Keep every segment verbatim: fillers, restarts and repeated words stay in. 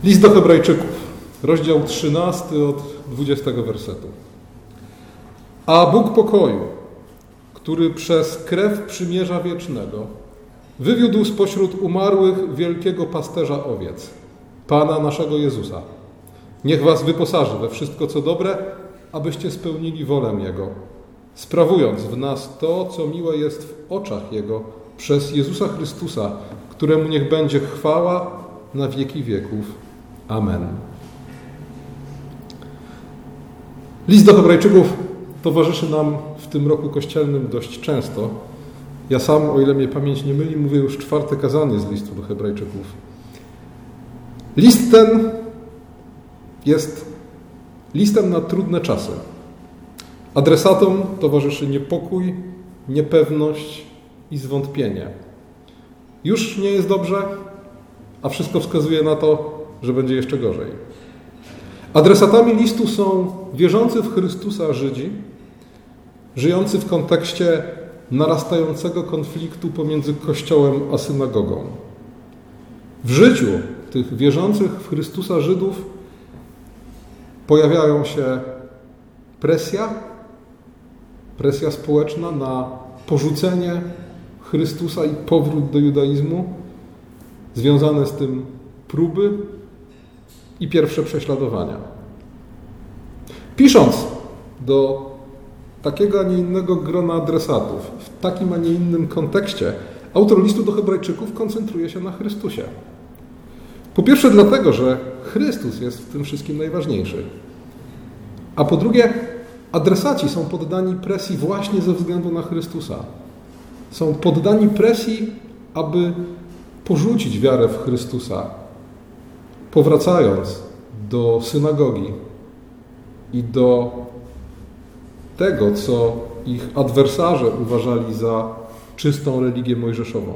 List do Hebrajczyków, rozdział trzynasty od dwudziestego wersetu. A Bóg pokoju, który przez krew przymierza wiecznego wywiódł spośród umarłych wielkiego pasterza owiec, Pana naszego Jezusa. Niech was wyposaży we wszystko, co dobre, abyście spełnili wolę Jego, sprawując w nas to, co miłe jest w oczach Jego, przez Jezusa Chrystusa, któremu niech będzie chwała na wieki wieków. Amen. List do Hebrajczyków towarzyszy nam w tym roku kościelnym dość często. Ja sam, o ile mnie pamięć nie myli, mówię już czwarte kazanie z listu do Hebrajczyków. List ten jest listem na trudne czasy. Adresatom towarzyszy niepokój, niepewność i zwątpienie. Już nie jest dobrze, a wszystko wskazuje na to, że będzie jeszcze gorzej. Adresatami listu są wierzący w Chrystusa Żydzi, żyjący w kontekście narastającego konfliktu pomiędzy Kościołem a synagogą. W życiu tych wierzących w Chrystusa Żydów pojawiają się presja, presja społeczna na porzucenie Chrystusa i powrót do judaizmu, związane z tym próby i pierwsze prześladowania. Pisząc do takiego, a nie innego grona adresatów, w takim, a nie innym kontekście, autor listu do Hebrajczyków koncentruje się na Chrystusie. Po pierwsze dlatego, że Chrystus jest w tym wszystkim najważniejszy. A po drugie, adresaci są poddani presji właśnie ze względu na Chrystusa. Są poddani presji, aby porzucić wiarę w Chrystusa, powracając do synagogi i do tego, co ich adwersarze uważali za czystą religię mojżeszową.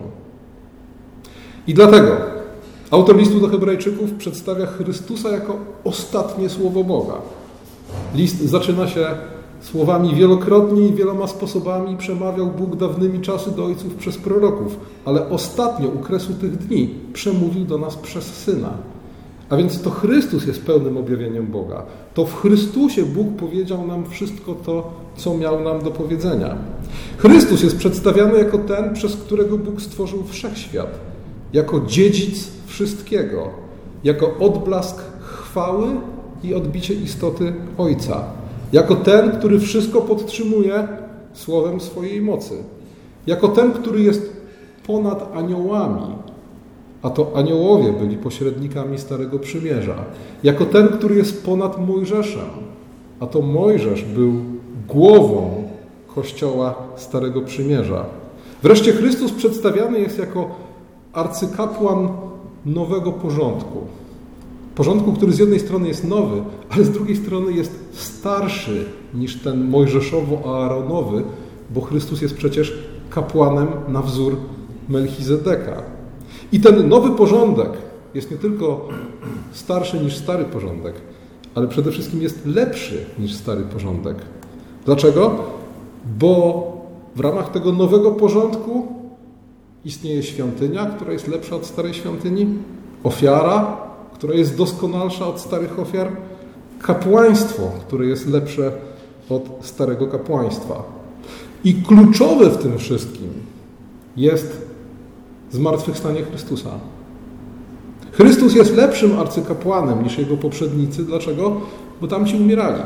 I dlatego autor listu do Hebrajczyków przedstawia Chrystusa jako ostatnie słowo Boga. List zaczyna się słowami: wielokrotnie i wieloma sposobami przemawiał Bóg dawnymi czasy do ojców przez proroków, ale ostatnio u kresu tych dni przemówił do nas przez Syna. A więc to Chrystus jest pełnym objawieniem Boga. To w Chrystusie Bóg powiedział nam wszystko to, co miał nam do powiedzenia. Chrystus jest przedstawiany jako ten, przez którego Bóg stworzył wszechświat, jako dziedzic wszystkiego, jako odblask chwały i odbicie istoty Ojca, jako ten, który wszystko podtrzymuje słowem swojej mocy, jako ten, który jest ponad aniołami, a to aniołowie byli pośrednikami Starego Przymierza, jako ten, który jest ponad Mojżeszem, a to Mojżesz był głową Kościoła Starego Przymierza. Wreszcie Chrystus przedstawiany jest jako arcykapłan nowego porządku. Porządku, który z jednej strony jest nowy, ale z drugiej strony jest starszy niż ten mojżeszowo-aaronowy, bo Chrystus jest przecież kapłanem na wzór Melchizedeka. I ten nowy porządek jest nie tylko starszy niż stary porządek, ale przede wszystkim jest lepszy niż stary porządek. Dlaczego? Bo w ramach tego nowego porządku istnieje świątynia, która jest lepsza od starej świątyni, ofiara, która jest doskonalsza od starych ofiar, kapłaństwo, które jest lepsze od starego kapłaństwa. I kluczowe w tym wszystkim jest zmartwychwstanie Chrystusa. Chrystus jest lepszym arcykapłanem niż jego poprzednicy. Dlaczego? Bo tamci umierali.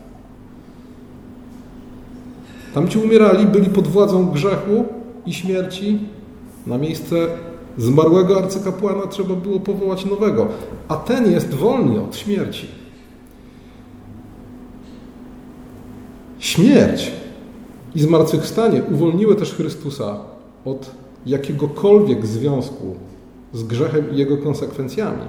Tamci umierali, byli pod władzą grzechu i śmierci. Na miejsce zmarłego arcykapłana trzeba było powołać nowego, a ten jest wolny od śmierci. Śmierć i zmartwychwstanie uwolniły też Chrystusa od jakiegokolwiek związku z grzechem i jego konsekwencjami.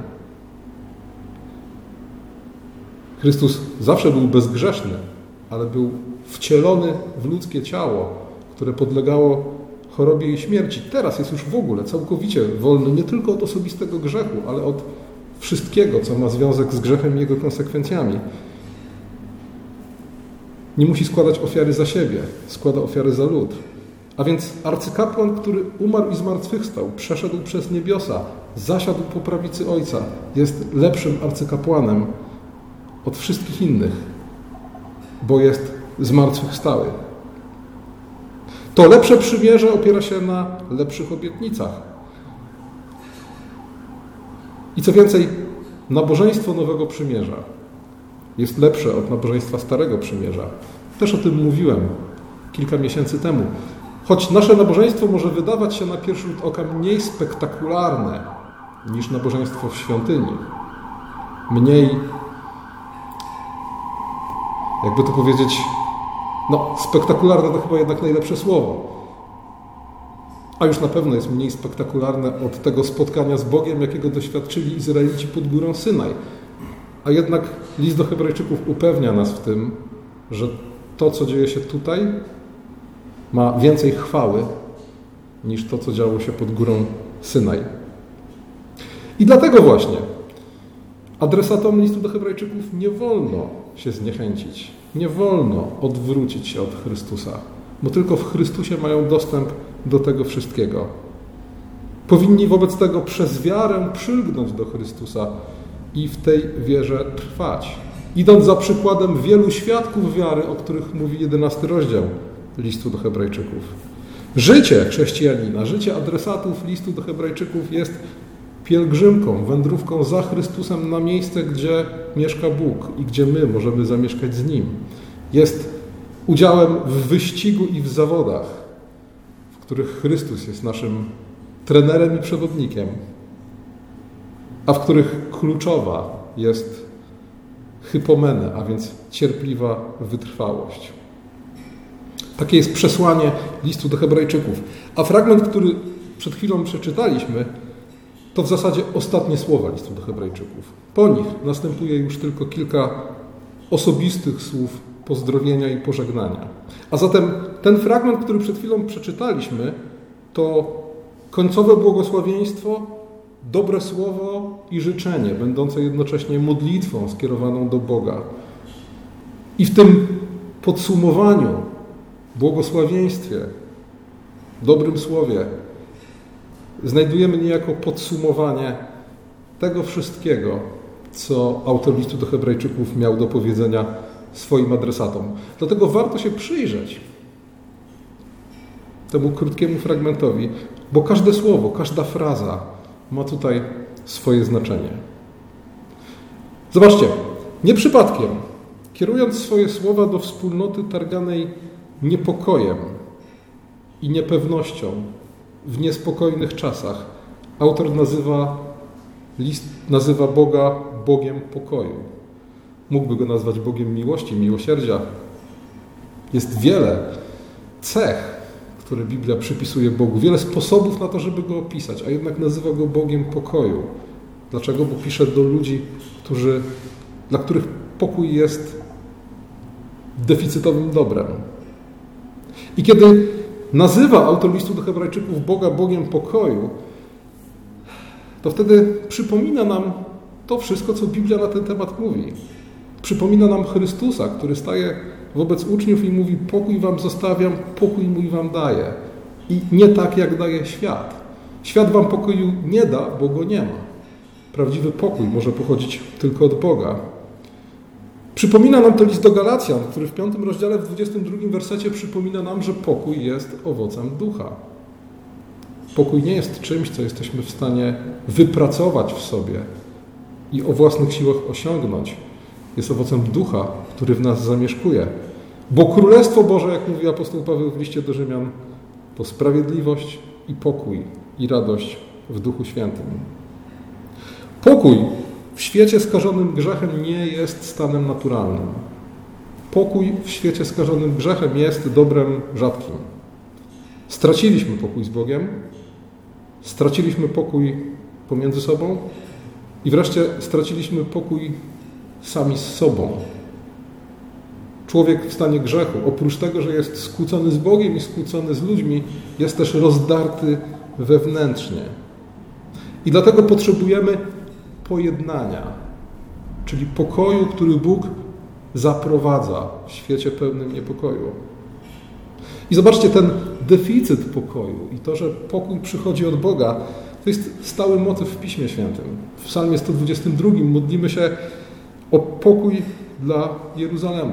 Chrystus zawsze był bezgrzeszny, ale był wcielony w ludzkie ciało, które podlegało chorobie i śmierci. Teraz jest już w ogóle całkowicie wolny nie tylko od osobistego grzechu, ale od wszystkiego, co ma związek z grzechem i jego konsekwencjami. Nie musi składać ofiary za siebie, składa ofiary za lud. A więc arcykapłan, który umarł i zmartwychwstał, przeszedł przez niebiosa, zasiadł po prawicy Ojca, jest lepszym arcykapłanem od wszystkich innych, bo jest zmartwychwstały. To lepsze przymierze opiera się na lepszych obietnicach. I co więcej, nabożeństwo Nowego Przymierza jest lepsze od nabożeństwa Starego Przymierza. Też o tym mówiłem kilka miesięcy temu. Choć nasze nabożeństwo może wydawać się na pierwszy rzut oka mniej spektakularne niż nabożeństwo w świątyni, mniej, jakby to powiedzieć, no spektakularne to chyba jednak najlepsze słowo, a już na pewno jest mniej spektakularne od tego spotkania z Bogiem, jakiego doświadczyli Izraelici pod górą Synaj. A jednak list do Hebrajczyków upewnia nas w tym, że to, co dzieje się tutaj, ma więcej chwały niż to, co działo się pod górą Synaj. I dlatego właśnie adresatom listu do Hebrajczyków nie wolno się zniechęcić, nie wolno odwrócić się od Chrystusa, bo tylko w Chrystusie mają dostęp do tego wszystkiego. Powinni wobec tego przez wiarę przylgnąć do Chrystusa i w tej wierze trwać, idąc za przykładem wielu świadków wiary, o których mówi jedenasty rozdział listu do Hebrajczyków. Życie chrześcijanina, życie adresatów listu do Hebrajczyków jest pielgrzymką, wędrówką za Chrystusem na miejsce, gdzie mieszka Bóg i gdzie my możemy zamieszkać z Nim. Jest udziałem w wyścigu i w zawodach, w których Chrystus jest naszym trenerem i przewodnikiem, a w których kluczowa jest hypomene, a więc cierpliwa wytrwałość. Takie jest przesłanie listu do Hebrajczyków. A fragment, który przed chwilą przeczytaliśmy, to w zasadzie ostatnie słowa listu do Hebrajczyków. Po nich następuje już tylko kilka osobistych słów pozdrowienia i pożegnania. A zatem ten fragment, który przed chwilą przeczytaliśmy, to końcowe błogosławieństwo, dobre słowo i życzenie, będące jednocześnie modlitwą skierowaną do Boga. I w tym podsumowaniu, błogosławieństwie, dobrym słowie znajdujemy niejako podsumowanie tego wszystkiego, co autor listu do Hebrajczyków miał do powiedzenia swoim adresatom. Dlatego warto się przyjrzeć temu krótkiemu fragmentowi, bo każde słowo, każda fraza ma tutaj swoje znaczenie. Zobaczcie, nie przypadkiem, kierując swoje słowa do wspólnoty targanej niepokojem i niepewnością w niespokojnych czasach, autor nazywa, list, nazywa Boga Bogiem pokoju. Mógłby go nazwać Bogiem miłości, miłosierdzia. Jest wiele cech, które Biblia przypisuje Bogu, wiele sposobów na to, żeby go opisać, a jednak nazywa go Bogiem pokoju. Dlaczego? Bo pisze do ludzi, którzy, dla których pokój jest deficytowym dobrem. I kiedy nazywa autor listu do Hebrajczyków Boga Bogiem pokoju, to wtedy przypomina nam to wszystko, co Biblia na ten temat mówi. Przypomina nam Chrystusa, który staje wobec uczniów i mówi: pokój wam zostawiam, pokój mój wam daję. I nie tak, jak daje świat. Świat wam pokoju nie da, bo go nie ma. Prawdziwy pokój może pochodzić tylko od Boga. Przypomina nam to list do Galacjan, który w piątym rozdziale, w dwudziestym drugim wersecie przypomina nam, że pokój jest owocem ducha. Pokój nie jest czymś, co jesteśmy w stanie wypracować w sobie i o własnych siłach osiągnąć. Jest owocem ducha, który w nas zamieszkuje. Bo Królestwo Boże, jak mówi apostoł Paweł w liście do Rzymian, to sprawiedliwość i pokój i radość w Duchu Świętym. Pokój w świecie skażonym grzechem nie jest stanem naturalnym. Pokój w świecie skażonym grzechem jest dobrem rzadkim. Straciliśmy pokój z Bogiem, straciliśmy pokój pomiędzy sobą i wreszcie straciliśmy pokój sami z sobą. Człowiek w stanie grzechu, oprócz tego, że jest skłócony z Bogiem i skłócony z ludźmi, jest też rozdarty wewnętrznie. I dlatego potrzebujemy pojednania, czyli pokoju, który Bóg zaprowadza w świecie pełnym niepokoju. I zobaczcie, ten deficyt pokoju i to, że pokój przychodzi od Boga, to jest stały motyw w Piśmie Świętym. W Psalmie sto dwudziestym drugim modlimy się o pokój dla Jeruzalemu.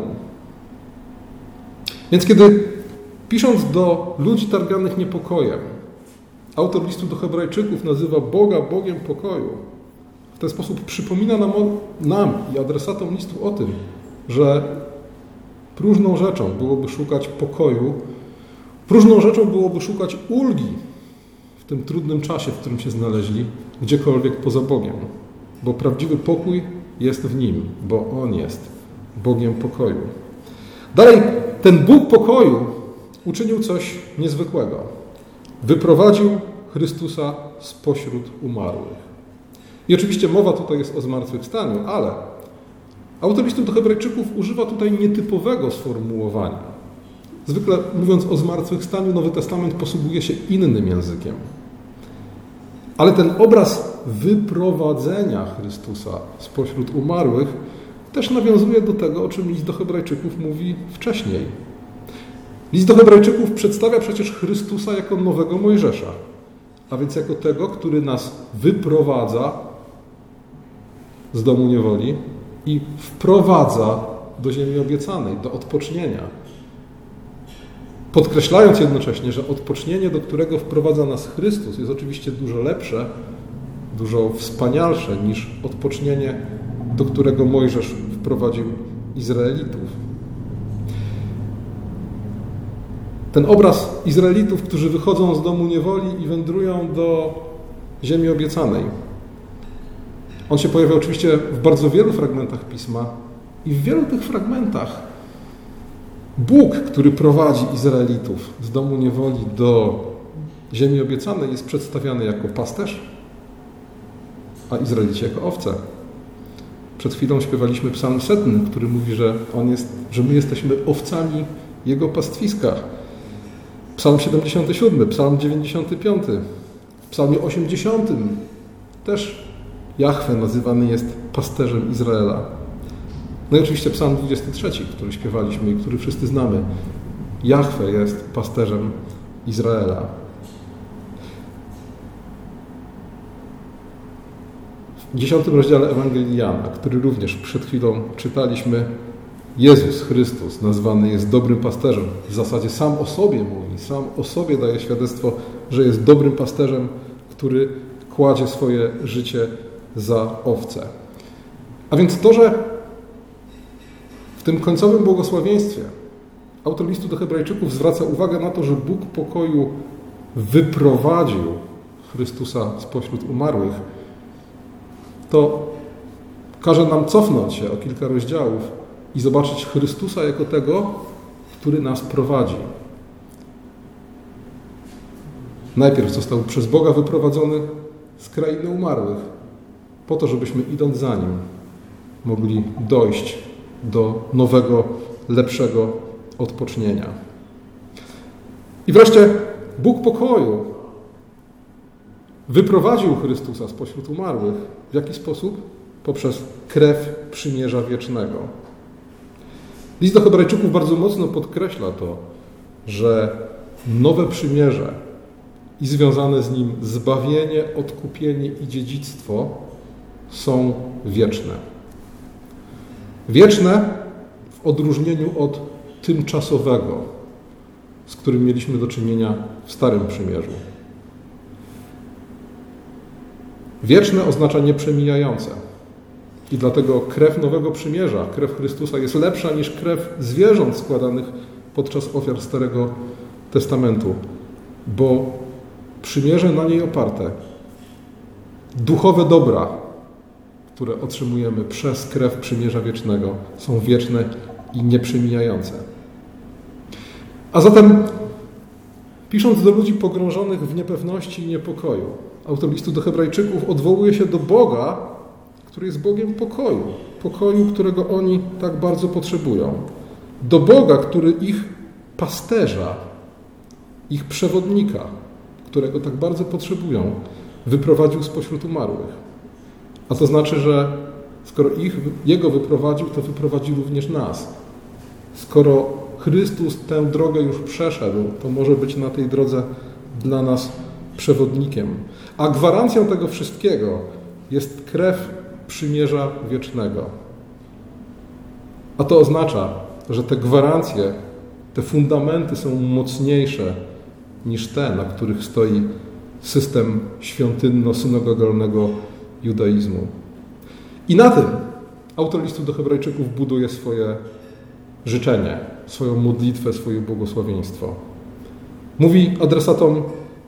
Więc kiedy pisząc do ludzi targanych niepokojem, autor listu do Hebrajczyków nazywa Boga Bogiem pokoju, w ten sposób przypomina nam, nam i adresatom listu o tym, że próżną rzeczą byłoby szukać pokoju, próżną rzeczą byłoby szukać ulgi w tym trudnym czasie, w którym się znaleźli, gdziekolwiek poza Bogiem. Bo prawdziwy pokój jest w Nim, bo On jest Bogiem pokoju. Dalej, ten Bóg pokoju uczynił coś niezwykłego. Wyprowadził Chrystusa spośród umarłych. I oczywiście mowa tutaj jest o zmartwychwstaniu, ale autor listu do Hebrajczyków używa tutaj nietypowego sformułowania. Zwykle mówiąc o zmartwychwstaniu, Nowy Testament posługuje się innym językiem. Ale ten obraz wyprowadzenia Chrystusa spośród umarłych też nawiązuje do tego, o czym list do Hebrajczyków mówi wcześniej. List do Hebrajczyków przedstawia przecież Chrystusa jako nowego Mojżesza, a więc jako tego, który nas wyprowadza z domu niewoli i wprowadza do ziemi obiecanej, do odpocznienia. Podkreślając jednocześnie, że odpocznienie, do którego wprowadza nas Chrystus, jest oczywiście dużo lepsze, dużo wspanialsze niż odpocznienie, do którego Mojżesz wprowadził Izraelitów. Ten obraz Izraelitów, którzy wychodzą z domu niewoli i wędrują do ziemi obiecanej. On się pojawia oczywiście w bardzo wielu fragmentach Pisma i w wielu tych fragmentach Bóg, który prowadzi Izraelitów z domu niewoli do ziemi obiecanej, jest przedstawiany jako pasterz, a Izraelici jako owce. Przed chwilą śpiewaliśmy psalm setny, który mówi, że, on jest, że my jesteśmy owcami Jego pastwiska. Psalm siedemdziesiąty siódmy, psalm dziewięćdziesiąty piąty, w psalmie osiemdziesiątym też Jahwe nazywany jest pasterzem Izraela. No i oczywiście psalm dwudziesty trzeci, który śpiewaliśmy i który wszyscy znamy. Jahwe jest pasterzem Izraela. W dziesiątym rozdziale Ewangelii Jana, który również przed chwilą czytaliśmy, Jezus Chrystus nazwany jest dobrym pasterzem. W zasadzie sam o sobie mówi, sam o sobie daje świadectwo, że jest dobrym pasterzem, który kładzie swoje życie za owce. A więc to, że w tym końcowym błogosławieństwie autor listu do Hebrajczyków zwraca uwagę na to, że Bóg pokoju wyprowadził Chrystusa spośród umarłych, to każe nam cofnąć się o kilka rozdziałów i zobaczyć Chrystusa jako tego, który nas prowadzi. Najpierw został przez Boga wyprowadzony z krainy umarłych, po to, żebyśmy idąc za Nim mogli dojść do nowego, lepszego odpocznienia. I wreszcie Bóg pokoju wyprowadził Chrystusa spośród umarłych. W jaki sposób? Poprzez krew przymierza wiecznego. List do Hebrajczyków bardzo mocno podkreśla to, że nowe przymierze i związane z nim zbawienie, odkupienie i dziedzictwo są wieczne. Wieczne w odróżnieniu od tymczasowego, z którym mieliśmy do czynienia w Starym Przymierzu. Wieczne oznacza nieprzemijające. I dlatego krew Nowego Przymierza, krew Chrystusa jest lepsza niż krew zwierząt składanych podczas ofiar Starego Testamentu, bo przymierze na niej oparte, duchowe dobra, które otrzymujemy przez krew przymierza wiecznego, są wieczne i nieprzemijające. A zatem, pisząc do ludzi pogrążonych w niepewności i niepokoju, autor listu do Hebrajczyków odwołuje się do Boga, który jest Bogiem pokoju, pokoju, którego oni tak bardzo potrzebują. Do Boga, który ich pasterza, ich przewodnika, którego tak bardzo potrzebują, wyprowadził spośród umarłych. A to znaczy, że skoro ich, Jego wyprowadził, to wyprowadzi również nas. Skoro Chrystus tę drogę już przeszedł, to może być na tej drodze dla nas przewodnikiem. A gwarancją tego wszystkiego jest krew przymierza wiecznego. A to oznacza, że te gwarancje, te fundamenty są mocniejsze niż te, na których stoi system świątynno-synagogalnego judaizmu. I na tym autor listu do Hebrajczyków buduje swoje życzenie, swoją modlitwę, swoje błogosławieństwo. Mówi adresatom: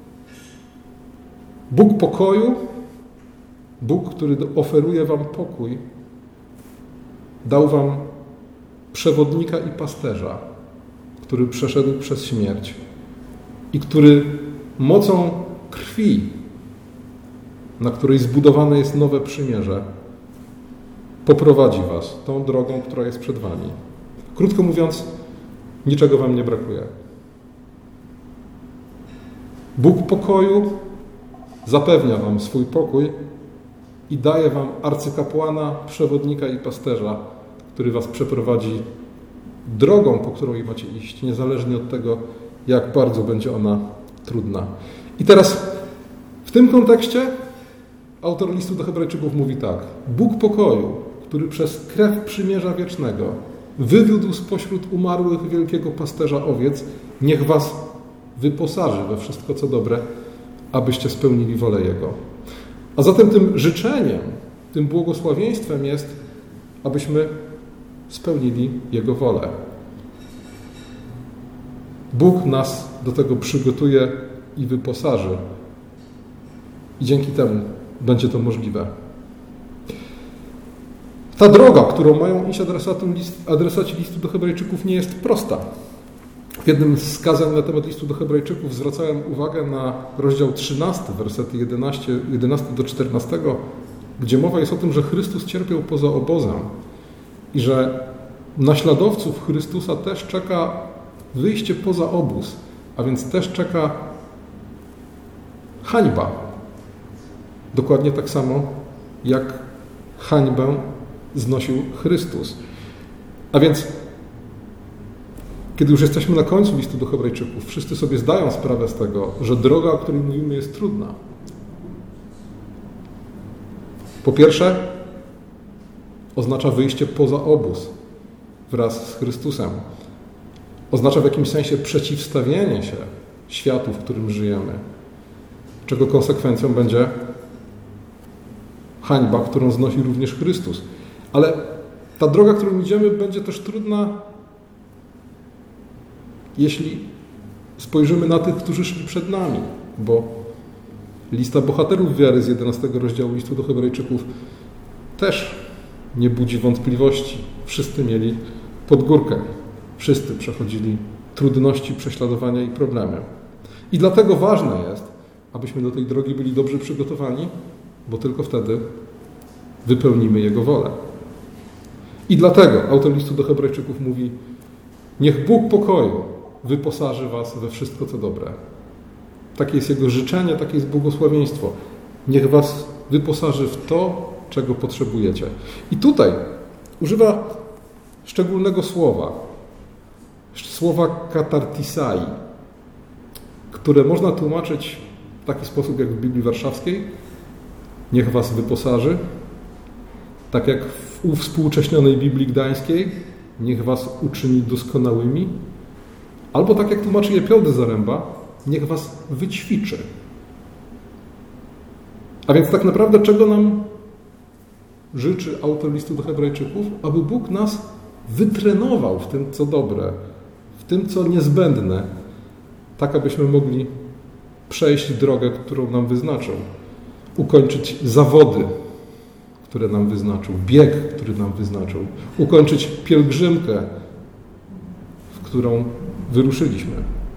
Bóg pokoju, Bóg, który oferuje wam pokój, dał wam przewodnika i pasterza, który przeszedł przez śmierć i który mocą krwi, na której zbudowane jest nowe przymierze, poprowadzi was tą drogą, która jest przed wami. Krótko mówiąc, niczego wam nie brakuje. Bóg pokoju zapewnia wam swój pokój i daje wam arcykapłana, przewodnika i pasterza, który was przeprowadzi drogą, po której macie iść, niezależnie od tego, jak bardzo będzie ona trudna. I teraz w tym kontekście autor listu do Hebrajczyków mówi tak: Bóg pokoju, który przez krew przymierza wiecznego wywiódł spośród umarłych wielkiego pasterza owiec, niech was wyposaży we wszystko, co dobre, abyście spełnili wolę Jego. A zatem tym życzeniem, tym błogosławieństwem jest, abyśmy spełnili Jego wolę. Bóg nas do tego przygotuje i wyposaży. I dzięki temu będzie to możliwe. Ta droga, którą mają iść adresaci listu do Hebrajczyków, nie jest prosta. W jednym z kazań na temat listu do Hebrajczyków zwracałem uwagę na rozdział trzynasty, wersety jedenasty do czternastego, gdzie mowa jest o tym, że Chrystus cierpiał poza obozem i że naśladowców Chrystusa też czeka wyjście poza obóz, a więc też czeka hańba. Dokładnie tak samo, jak hańbę znosił Chrystus. A więc, kiedy już jesteśmy na końcu listu do Hebrajczyków, wszyscy sobie zdają sprawę z tego, że droga, o której mówimy, jest trudna. Po pierwsze, oznacza wyjście poza obóz wraz z Chrystusem. Oznacza w jakimś sensie przeciwstawienie się światu, w którym żyjemy, czego konsekwencją będzie hańba, którą znosi również Chrystus. Ale ta droga, którą idziemy, będzie też trudna, jeśli spojrzymy na tych, którzy szli przed nami, bo lista bohaterów wiary z jedenastego rozdziału listu do Hebrajczyków też nie budzi wątpliwości. Wszyscy mieli pod górkę. Wszyscy przechodzili trudności, prześladowania i problemy. I dlatego ważne jest, abyśmy do tej drogi byli dobrze przygotowani, bo tylko wtedy wypełnimy Jego wolę. I dlatego autor listu do Hebrajczyków mówi: niech Bóg pokoju wyposaży was we wszystko, co dobre. Takie jest Jego życzenie, takie jest błogosławieństwo. Niech was wyposaży w to, czego potrzebujecie. I tutaj używa szczególnego słowa, słowa katartisai, które można tłumaczyć w taki sposób, jak w Biblii Warszawskiej: niech was wyposaży, tak jak w uwspółcześnionej Biblii Gdańskiej: niech was uczyni doskonałymi, albo tak jak tłumaczy je Piotr Zaręba: niech was wyćwiczy. A więc tak naprawdę czego nam życzy autor listu do Hebrajczyków? Aby Bóg nas wytrenował w tym, co dobre, w tym, co niezbędne, tak abyśmy mogli przejść drogę, którą nam wyznaczył, ukończyć zawody, które nam wyznaczył, bieg, który nam wyznaczył, ukończyć pielgrzymkę, w którą wyruszyliśmy.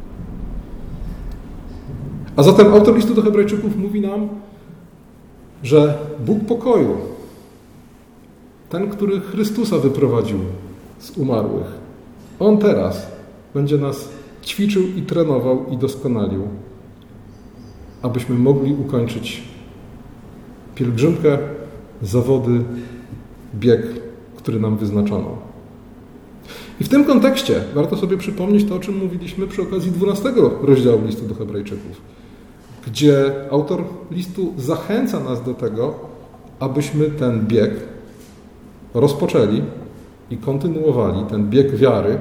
A zatem autor listu do Hebrajczyków mówi nam, że Bóg pokoju, ten, który Chrystusa wyprowadził z umarłych, On teraz będzie nas ćwiczył i trenował i doskonalił, abyśmy mogli ukończyć pielgrzymkę, zawody, bieg, który nam wyznaczono. I w tym kontekście warto sobie przypomnieć to, o czym mówiliśmy przy okazji dwunastego rozdziału listu do Hebrajczyków, gdzie autor listu zachęca nas do tego, abyśmy ten bieg rozpoczęli i kontynuowali, ten bieg wiary,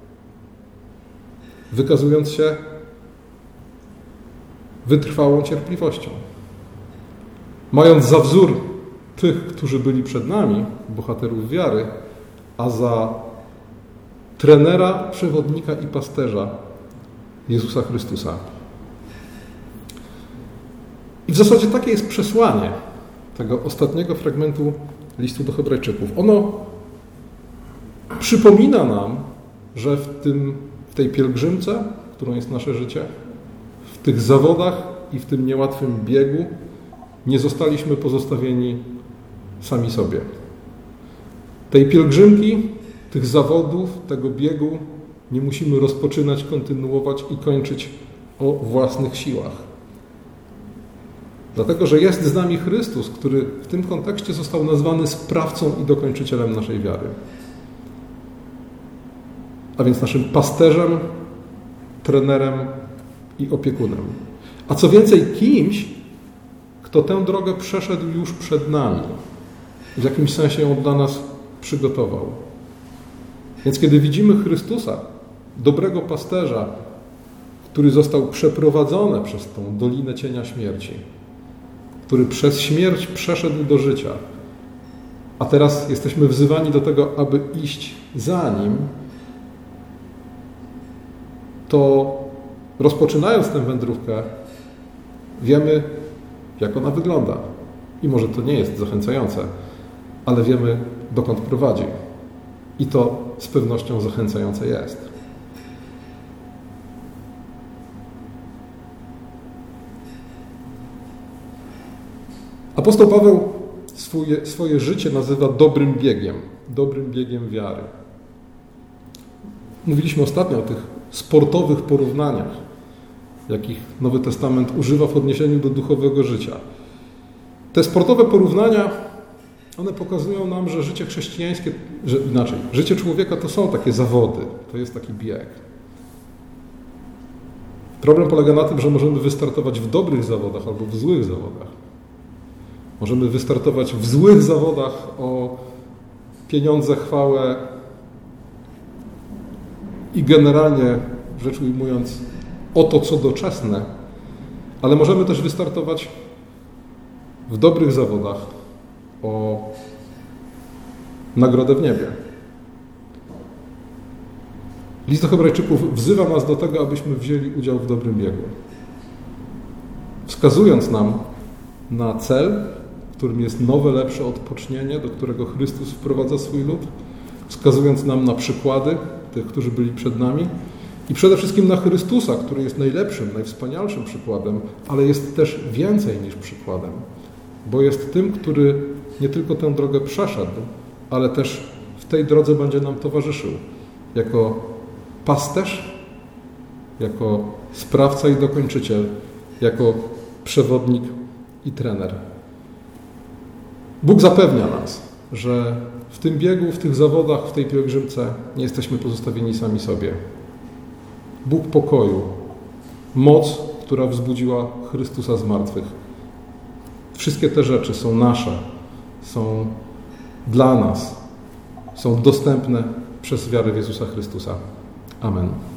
wykazując się wytrwałą cierpliwością. Mając za wzór tych, którzy byli przed nami, bohaterów wiary, a za trenera, przewodnika i pasterza Jezusa Chrystusa. I w zasadzie takie jest przesłanie tego ostatniego fragmentu listu do Hebrajczyków. Ono przypomina nam, że w, tym, w tej pielgrzymce, którą jest nasze życie, w tych zawodach i w tym niełatwym biegu nie zostaliśmy pozostawieni sami sobie. Tej pielgrzymki, tych zawodów, tego biegu nie musimy rozpoczynać, kontynuować i kończyć o własnych siłach. Dlatego, że jest z nami Chrystus, który w tym kontekście został nazwany sprawcą i dokończycielem naszej wiary. A więc naszym pasterzem, trenerem i opiekunem. A co więcej, kimś, kto tę drogę przeszedł już przed nami. W jakimś sensie ją dla nas przygotował. Więc kiedy widzimy Chrystusa, dobrego pasterza, który został przeprowadzony przez tą dolinę cienia śmierci, który przez śmierć przeszedł do życia, a teraz jesteśmy wzywani do tego, aby iść za Nim, to rozpoczynając tę wędrówkę, wiemy, jak ona wygląda. I może to nie jest zachęcające, ale wiemy, dokąd prowadzi. I to z pewnością zachęcające jest. Apostoł Paweł swoje, swoje życie nazywa dobrym biegiem, dobrym biegiem wiary. Mówiliśmy ostatnio o tych sportowych porównaniach, jakich Nowy Testament używa w odniesieniu do duchowego życia. Te sportowe porównania, one pokazują nam, że życie chrześcijańskie, że inaczej, życie człowieka to są takie zawody, to jest taki bieg. Problem polega na tym, że możemy wystartować w dobrych zawodach albo w złych zawodach. Możemy wystartować w złych zawodach o pieniądze, chwałę i generalnie, rzecz ujmując, o to, co doczesne, ale możemy też wystartować w dobrych zawodach o nagrodę w niebie. List do Hebrajczyków wzywa nas do tego, abyśmy wzięli udział w dobrym biegu, wskazując nam na cel, którym jest nowe, lepsze odpocznienie, do którego Chrystus wprowadza swój lud, wskazując nam na przykłady tych, którzy byli przed nami i przede wszystkim na Chrystusa, który jest najlepszym, najwspanialszym przykładem, ale jest też więcej niż przykładem, bo jest tym, który nie tylko tę drogę przeszedł, ale też w tej drodze będzie nam towarzyszył jako pasterz, jako sprawca i dokończyciel, jako przewodnik i trener. Bóg zapewnia nas, że w tym biegu, w tych zawodach, w tej pielgrzymce nie jesteśmy pozostawieni sami sobie. Bóg pokoju, moc, która wzbudziła Chrystusa z martwych. Wszystkie te rzeczy są nasze, są dla nas, są dostępne przez wiarę w Jezusa Chrystusa. Amen.